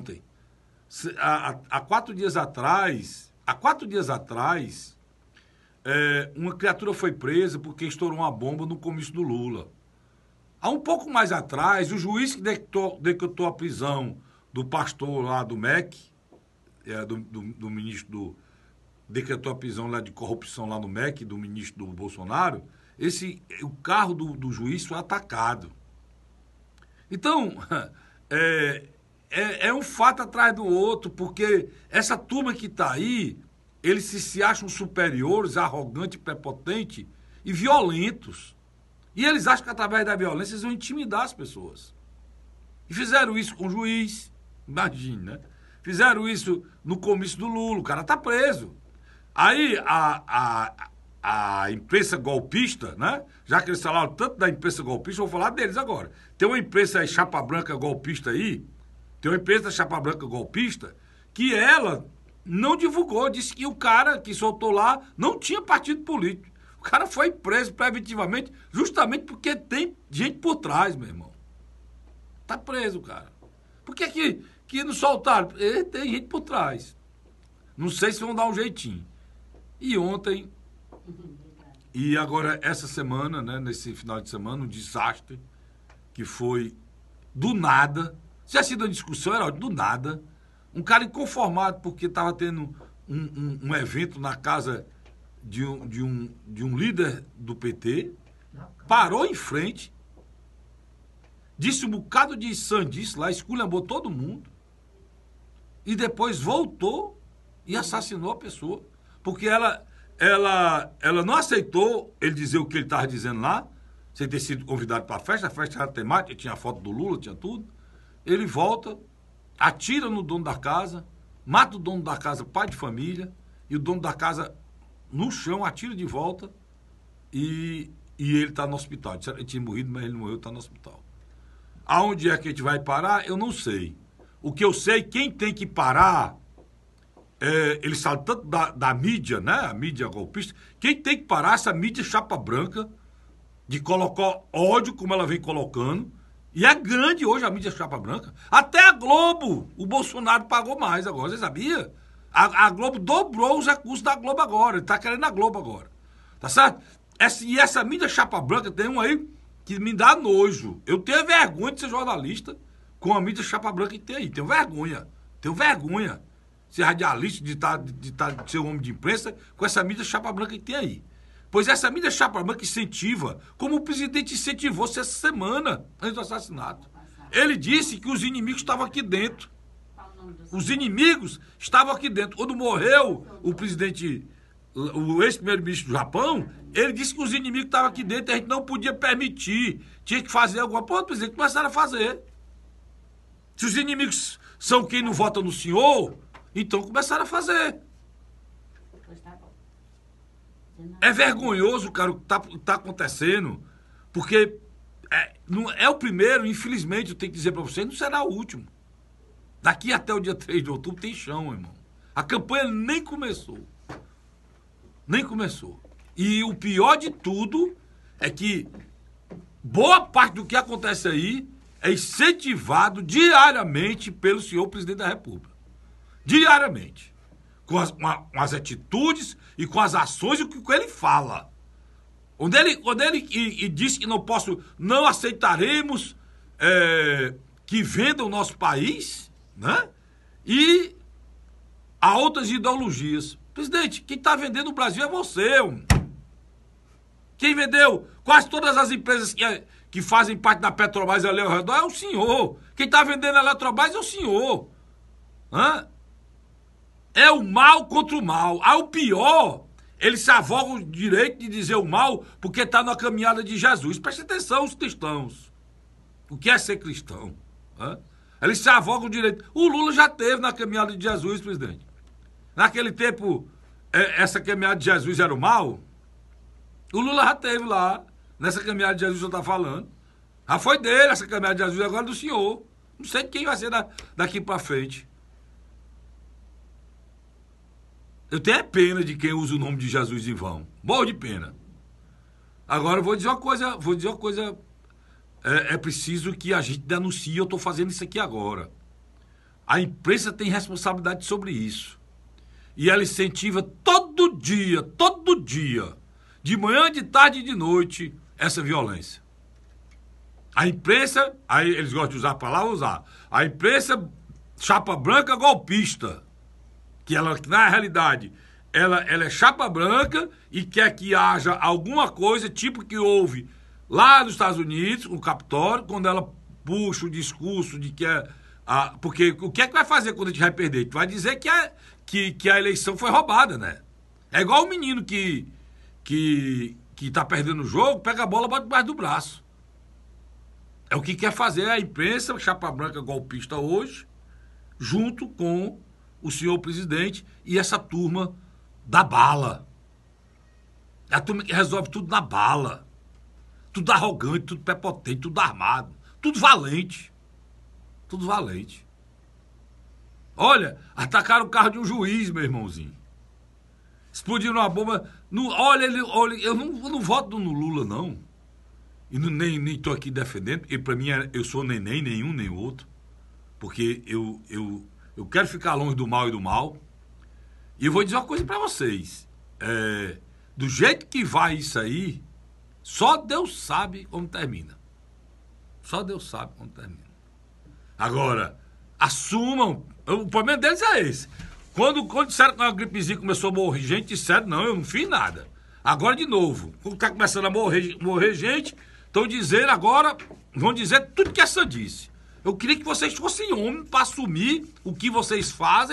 ontem. Há 4 dias atrás, uma criatura foi presa porque estourou uma bomba no comício do Lula. Há um pouco mais atrás, o juiz que decretou a prisão do pastor lá do MEC, do ministro decretou a prisão lá de corrupção lá no MEC, do ministro do Bolsonaro, o carro do juiz foi atacado. Então, é um fato atrás do outro, porque essa turma que está aí, eles se acham superiores, arrogantes, prepotentes e violentos. E eles acham que através da violência eles vão intimidar as pessoas. E fizeram isso com o juiz, imagine, né? Fizeram isso no comício do Lula, o cara tá preso. Aí a imprensa golpista, né? Já que eles falaram tanto da imprensa golpista, eu vou falar deles agora. Tem uma imprensa aí, chapa branca golpista aí, tem uma imprensa chapa branca golpista, que ela não divulgou, disse que o cara que soltou lá não tinha partido político. O cara foi preso preventivamente, justamente porque tem gente por trás, meu irmão. Tá preso, cara. Por que não soltaram? Tem gente por trás. Não sei se vão dar um jeitinho. E ontem, e agora essa semana, né, nesse final de semana, um desastre que foi do nada. Já sido uma discussão, era do nada. Um cara inconformado porque estava tendo um evento na casa de um líder do PT, parou em frente, disse um bocado de sandice lá, esculhambou todo mundo, e depois voltou e assassinou a pessoa. Porque ela não aceitou ele dizer o que ele estava dizendo lá, sem ter sido convidado para a festa era temática, tinha a foto do Lula, tinha tudo. Ele volta, atira no dono da casa, mata o dono da casa, pai de família, e o dono da casa no chão, atira de volta, e ele está no hospital. Ele tinha morrido, mas ele não morreu, está no hospital. Aonde é que a gente vai parar? Eu não sei. O que eu sei, quem tem que parar, eles falam tanto da mídia, né? A mídia golpista. Quem tem que parar essa mídia chapa branca, de colocar ódio, como ela vem colocando. E é grande hoje a mídia chapa branca. Até a Globo, o Bolsonaro pagou mais agora, você sabia? A Globo dobrou os recursos da Globo agora. Ele está querendo a Globo agora. Tá certo? E essa mídia chapa branca tem um aí que me dá nojo. Eu tenho vergonha de ser jornalista com a mídia chapa branca que tem aí. Tenho vergonha. Ser radialista, de ser um homem de imprensa, com essa mídia chapa branca que tem aí. Pois essa mídia chapa branca incentiva, como o presidente incentivou essa semana, antes do assassinato. Ele disse que os inimigos estavam aqui dentro. Os inimigos estavam aqui dentro. Quando morreu o ex-primeiro-ministro do Japão, ele disse que os inimigos estavam aqui dentro e a gente não podia permitir. Tinha que fazer alguma coisa. O presidente começaram a fazer. Se os inimigos são quem não vota no senhor, então começaram a fazer. É vergonhoso, cara, o que tá acontecendo, porque não é o primeiro, infelizmente, eu tenho que dizer para vocês, não será o último. Daqui até o dia 3 de outubro tem chão, irmão. A campanha nem começou. E o pior de tudo é que boa parte do que acontece aí é incentivado diariamente pelo senhor presidente da República. Diariamente. Com as atitudes e com as ações e o que ele fala. Quando ele disse que não aceitaremos que vendam o nosso país, né? E há outras ideologias. Presidente, quem está vendendo o Brasil é você. Quem vendeu quase todas as empresas que fazem parte da Petrobras ali ao redor é o senhor. Quem está vendendo a Eletrobras é o senhor. Hã? É o mal contra o mal. Aí o pior, eles se avogam o direito de dizer o mal porque está na caminhada de Jesus. Preste atenção, os cristãos. O que é ser cristão? Hã? Eles se avogam o direito. O Lula já teve na caminhada de Jesus, presidente. Naquele tempo, essa caminhada de Jesus era o mal. O Lula já teve lá, nessa caminhada de Jesus que eu estou falando. Já foi dele essa caminhada de Jesus, agora é do senhor. Não sei quem vai ser daqui para frente. Eu tenho pena de quem usa o nome de Jesus em vão. Morro de pena. Agora, eu vou dizer uma coisa. É preciso que a gente denuncie, eu estou fazendo isso aqui agora. A imprensa tem responsabilidade sobre isso. E ela incentiva todo dia, de manhã, de tarde e de noite, essa violência. A imprensa, aí eles gostam de usar a palavra, a imprensa chapa branca golpista, que ela, na realidade, ela é chapa branca e quer que haja alguma coisa, tipo que houve lá nos Estados Unidos, no Capitólio, quando ela puxa o discurso de que porque o que é que vai fazer quando a gente vai perder? A gente vai dizer que a eleição foi roubada, né? É igual o menino que tá perdendo o jogo, pega a bola e bota debaixo do braço. É o que quer fazer a imprensa, chapa branca golpista hoje, junto com o senhor presidente e essa turma da bala. É a turma que resolve tudo na bala. Tudo arrogante, tudo prepotente, tudo armado, tudo valente. Tudo valente. Olha, atacaram o carro de um juiz, meu irmãozinho. Explodiram uma bomba. Olha, eu não voto no Lula, não. E nem tô aqui defendendo, porque pra mim eu sou nem nenhum, nem outro. Porque eu quero ficar longe do mal e do mal. E eu vou dizer uma coisa pra vocês. Do jeito que vai isso aí, só Deus sabe como termina. Só Deus sabe como termina. Agora, assumam. O problema deles é esse. Quando disseram que uma gripezinha começou a morrer gente, disseram, não, eu não fiz nada. Agora, de novo, quando está começando a morrer gente, estão dizendo agora, vão dizer tudo que essa disse. Eu queria que vocês fossem homens para assumir o que vocês fazem.